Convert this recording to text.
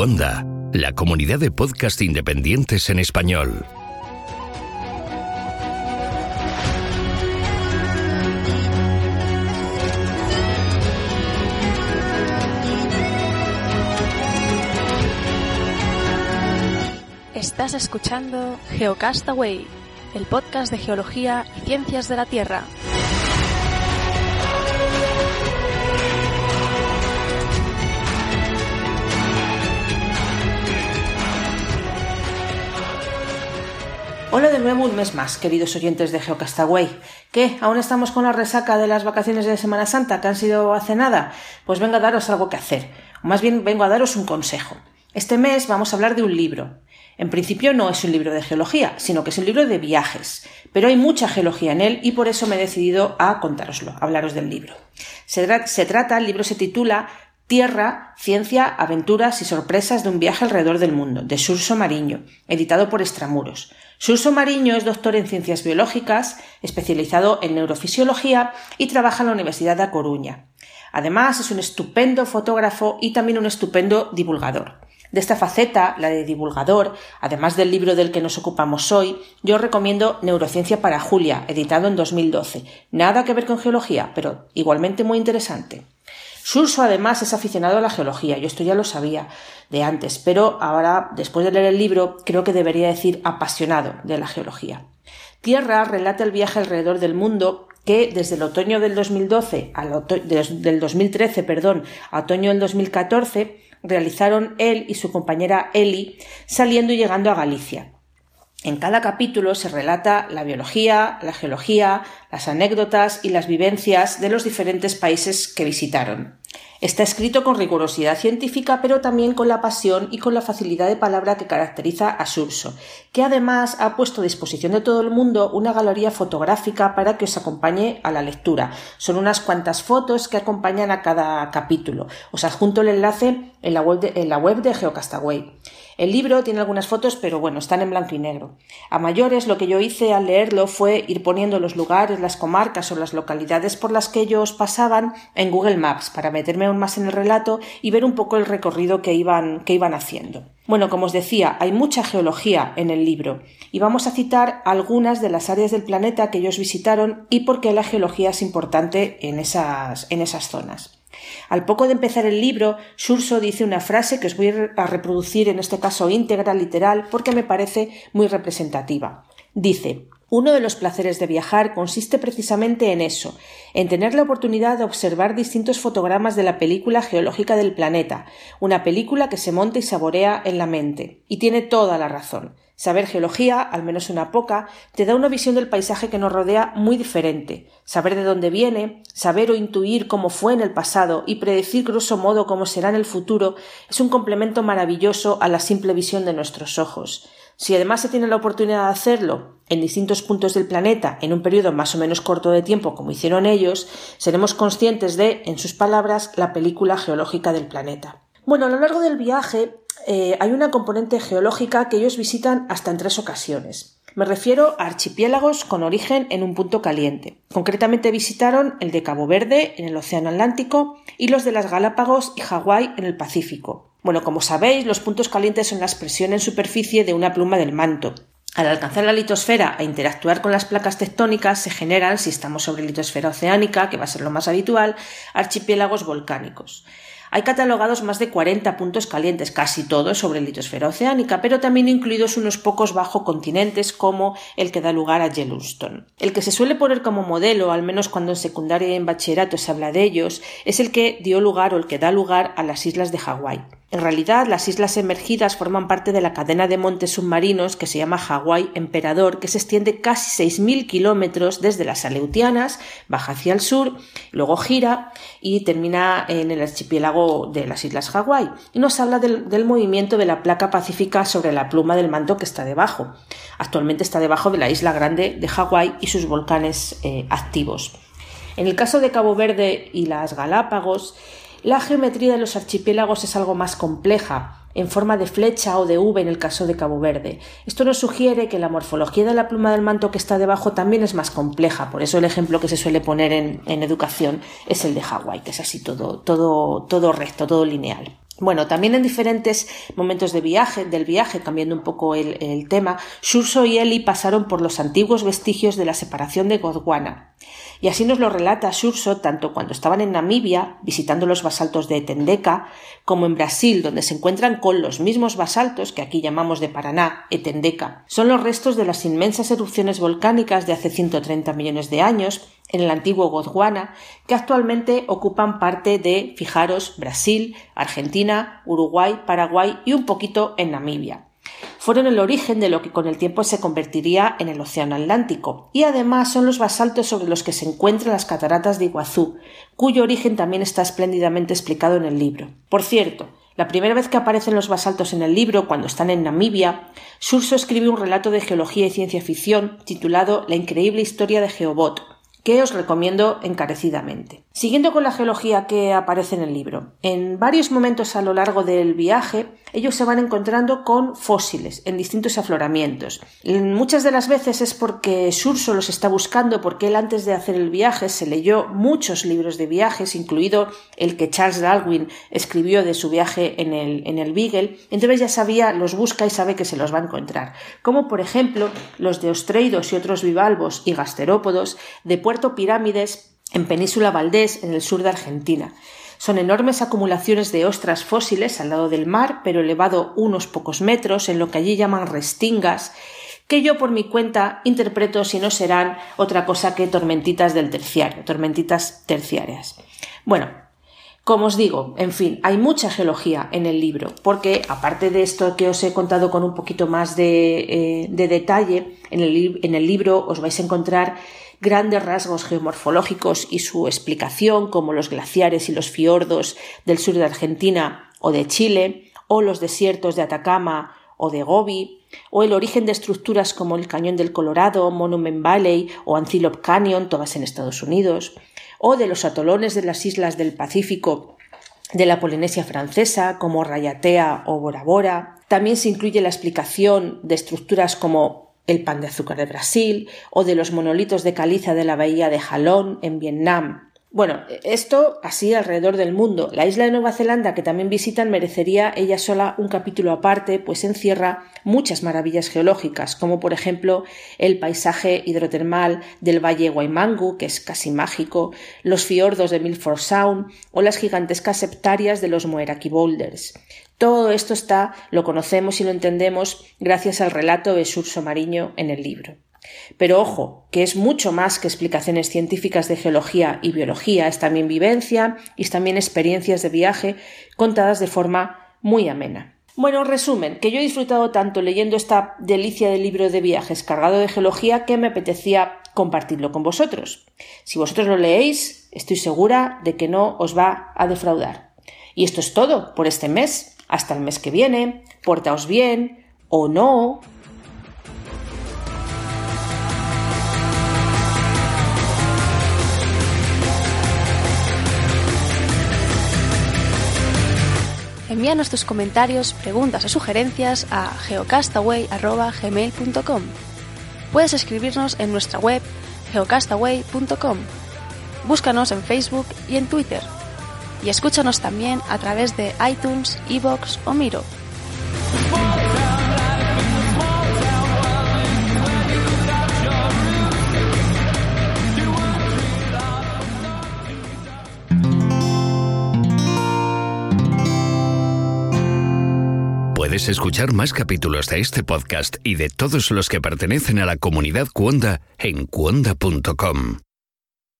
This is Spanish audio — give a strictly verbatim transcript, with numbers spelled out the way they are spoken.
Onda, la comunidad de podcast independientes en español. Estás escuchando Geocastaway, el podcast de geología y ciencias de la Tierra. Hola de nuevo un mes más, queridos oyentes de Geocastaway. ¿Qué? ¿Aún estamos con la resaca de las vacaciones de Semana Santa que han sido hace nada? Pues vengo a daros algo que hacer, o más bien vengo a daros un consejo. Este mes vamos a hablar de un libro. En principio no es un libro de geología, sino que es un libro de viajes, pero hay mucha geología en él y por eso me he decidido a contároslo, a hablaros del libro. Se, tra- se trata, el libro se titula Tierra, Ciencia, Aventuras y Sorpresas de un viaje alrededor del mundo, de Xurxo Mariño, editado por Extramuros. Xurxo Mariño es doctor en Ciencias Biológicas, especializado en Neurofisiología y trabaja en la Universidad de A Coruña. Además, es un estupendo fotógrafo y también un estupendo divulgador. De esta faceta, la de divulgador, además del libro del que nos ocupamos hoy, yo os recomiendo Neurociencia para Julia, editado en dos mil doce. Nada que ver con geología, pero igualmente muy interesante. Xurxo además es aficionado a la geología, yo esto ya lo sabía de antes, pero ahora, después de leer el libro, creo que debería decir apasionado de la geología. Tierra relata el viaje alrededor del mundo que desde el otoño del dos mil doce al oto- del dos mil trece, perdón, a otoño del dos mil catorce realizaron él y su compañera Eli saliendo y llegando a Galicia. En cada capítulo se relata la biología, la geología, las anécdotas y las vivencias de los diferentes países que visitaron. Está escrito con rigurosidad científica, pero también con la pasión y con la facilidad de palabra que caracteriza a Xurxo, que además ha puesto a disposición de todo el mundo una galería fotográfica para que os acompañe a la lectura. Son unas cuantas fotos que acompañan a cada capítulo. Os adjunto el enlace en la web de, en la web de Geocastaway. El libro tiene algunas fotos, pero bueno, están en blanco y negro. A mayores, lo que yo hice al leerlo fue ir poniendo los lugares, las comarcas o las localidades por las que ellos pasaban en Google Maps para meterme aún más en el relato y ver un poco el recorrido que iban, que iban haciendo. Bueno, como os decía, hay mucha geología en el libro y vamos a citar algunas de las áreas del planeta que ellos visitaron y por qué la geología es importante en esas, en esas zonas. Al poco de empezar el libro, Xurxo dice una frase que os voy a reproducir en este caso íntegra, literal, porque me parece muy representativa. Dice: uno de los placeres de viajar consiste precisamente en eso, en tener la oportunidad de observar distintos fotogramas de la película geológica del planeta, una película que se monta y saborea en la mente. Y tiene toda la razón. Saber geología, al menos una poca, te da una visión del paisaje que nos rodea muy diferente. Saber de dónde viene, saber o intuir cómo fue en el pasado y predecir grosso modo cómo será en el futuro es un complemento maravilloso a la simple visión de nuestros ojos. Si además se tiene la oportunidad de hacerlo en distintos puntos del planeta en un periodo más o menos corto de tiempo como hicieron ellos, seremos conscientes de, en sus palabras, la película geológica del planeta. Bueno, a lo largo del viaje eh, hay una componente geológica que ellos visitan hasta en tres ocasiones. Me refiero a archipiélagos con origen en un punto caliente. Concretamente visitaron el de Cabo Verde en el Océano Atlántico y los de las Galápagos y Hawái en el Pacífico. Bueno, como sabéis, los puntos calientes son la expresión en superficie de una pluma del manto. Al alcanzar la litosfera e interactuar con las placas tectónicas se generan, si estamos sobre litosfera oceánica, que va a ser lo más habitual, archipiélagos volcánicos. Hay catalogados más de cuarenta puntos calientes, casi todos sobre litosfera oceánica, pero también incluidos unos pocos bajo continentes como el que da lugar a Yellowstone. El que se suele poner como modelo, al menos cuando en secundaria y en bachillerato se habla de ellos, es el que dio lugar o el que da lugar a las islas de Hawái. En realidad, las islas emergidas forman parte de la cadena de montes submarinos que se llama Hawái Emperador, que se extiende casi seis mil kilómetros desde las Aleutianas, baja hacia el sur, luego gira y termina en el archipiélago de las Islas Hawái. Y nos habla del, del movimiento de la placa pacífica sobre la pluma del manto que está debajo. Actualmente está debajo de la isla grande de Hawái y sus volcanes eh, activos. En el caso de Cabo Verde y las Galápagos, la geometría de los archipiélagos es algo más compleja, en forma de flecha o de V en el caso de Cabo Verde. Esto nos sugiere que la morfología de la pluma del manto que está debajo también es más compleja, por eso el ejemplo que se suele poner en, en educación es el de Hawái, que es así todo, todo, todo recto, todo lineal. Bueno, también en diferentes momentos de viaje, del viaje, cambiando un poco el, el tema, Xurxo y Eli pasaron por los antiguos vestigios de la separación de Gondwana. Y así nos lo relata Xurxo tanto cuando estaban en Namibia, visitando los basaltos de Etendeka, como en Brasil, donde se encuentran con los mismos basaltos que aquí llamamos de Paraná, Etendeka. Son los restos de las inmensas erupciones volcánicas de hace ciento treinta millones de años, en el antiguo Gondwana, que actualmente ocupan parte de, fijaros, Brasil, Argentina, Uruguay, Paraguay y un poquito en Namibia. Fueron el origen de lo que con el tiempo se convertiría en el Océano Atlántico, y además son los basaltos sobre los que se encuentran las cataratas de Iguazú, cuyo origen también está espléndidamente explicado en el libro. Por cierto, la primera vez que aparecen los basaltos en el libro, cuando están en Namibia, Xurxo escribe un relato de geología y ciencia ficción titulado La increíble historia de Geobot, que os recomiendo encarecidamente. Siguiendo con la geología que aparece en el libro, en varios momentos a lo largo del viaje ellos se van encontrando con fósiles en distintos afloramientos. Muchas de las veces es porque Xurxo los está buscando, porque él antes de hacer el viaje se leyó muchos libros de viajes, incluido el que Charles Darwin escribió de su viaje en el, en el Beagle, entonces ya sabía, los busca y sabe que se los va a encontrar, como por ejemplo los de ostreidos y otros bivalvos y gasterópodos de Puerto Pirámides en Península Valdés, en el sur de Argentina. Son enormes acumulaciones de ostras fósiles al lado del mar, pero elevado unos pocos metros, en lo que allí llaman restingas, que yo por mi cuenta interpreto si no serán otra cosa que tormentitas del terciario, tormentitas terciarias. Bueno, como os digo, en fin, hay mucha geología en el libro, porque aparte de esto que os he contado con un poquito más de, eh, de detalle, en el, en el libro os vais a encontrar grandes rasgos geomorfológicos y su explicación, como los glaciares y los fiordos del sur de Argentina o de Chile, o los desiertos de Atacama o de Gobi, o el origen de estructuras como el Cañón del Colorado, Monument Valley o Antelope Canyon, todas en Estados Unidos, o de los atolones de las islas del Pacífico de la Polinesia francesa, como Rayatea o Bora Bora. También se incluye la explicación de estructuras como el pan de azúcar de Brasil o de los monolitos de caliza de la bahía de Jalón en Vietnam. Bueno, esto así alrededor del mundo. La isla de Nueva Zelanda, que también visitan, merecería ella sola un capítulo aparte, pues encierra muchas maravillas geológicas, como por ejemplo el paisaje hidrotermal del Valle Waimangu, que es casi mágico, los fiordos de Milford Sound o las gigantescas hectáreas de los Moeraki Boulders. Todo esto está, lo conocemos y lo entendemos gracias al relato de Xurxo Mariño en el libro. Pero ojo, que es mucho más que explicaciones científicas de geología y biología, es también vivencia y es también experiencias de viaje contadas de forma muy amena. Bueno, resumen, que yo he disfrutado tanto leyendo esta delicia de libro de viajes cargado de geología que me apetecía compartirlo con vosotros. Si vosotros lo leéis, estoy segura de que no os va a defraudar. Y esto es todo por este mes. Hasta el mes que viene, portaos bien o no. Envíanos tus comentarios, preguntas o sugerencias a geocastaway arroba gmail punto com. Puedes escribirnos en nuestra web geocastaway punto com. Búscanos en Facebook y en Twitter. Y escúchanos también a través de iTunes, iVoox o Miro. Puedes escuchar más capítulos de este podcast y de todos los que pertenecen a la comunidad Cuonda en cuonda punto com.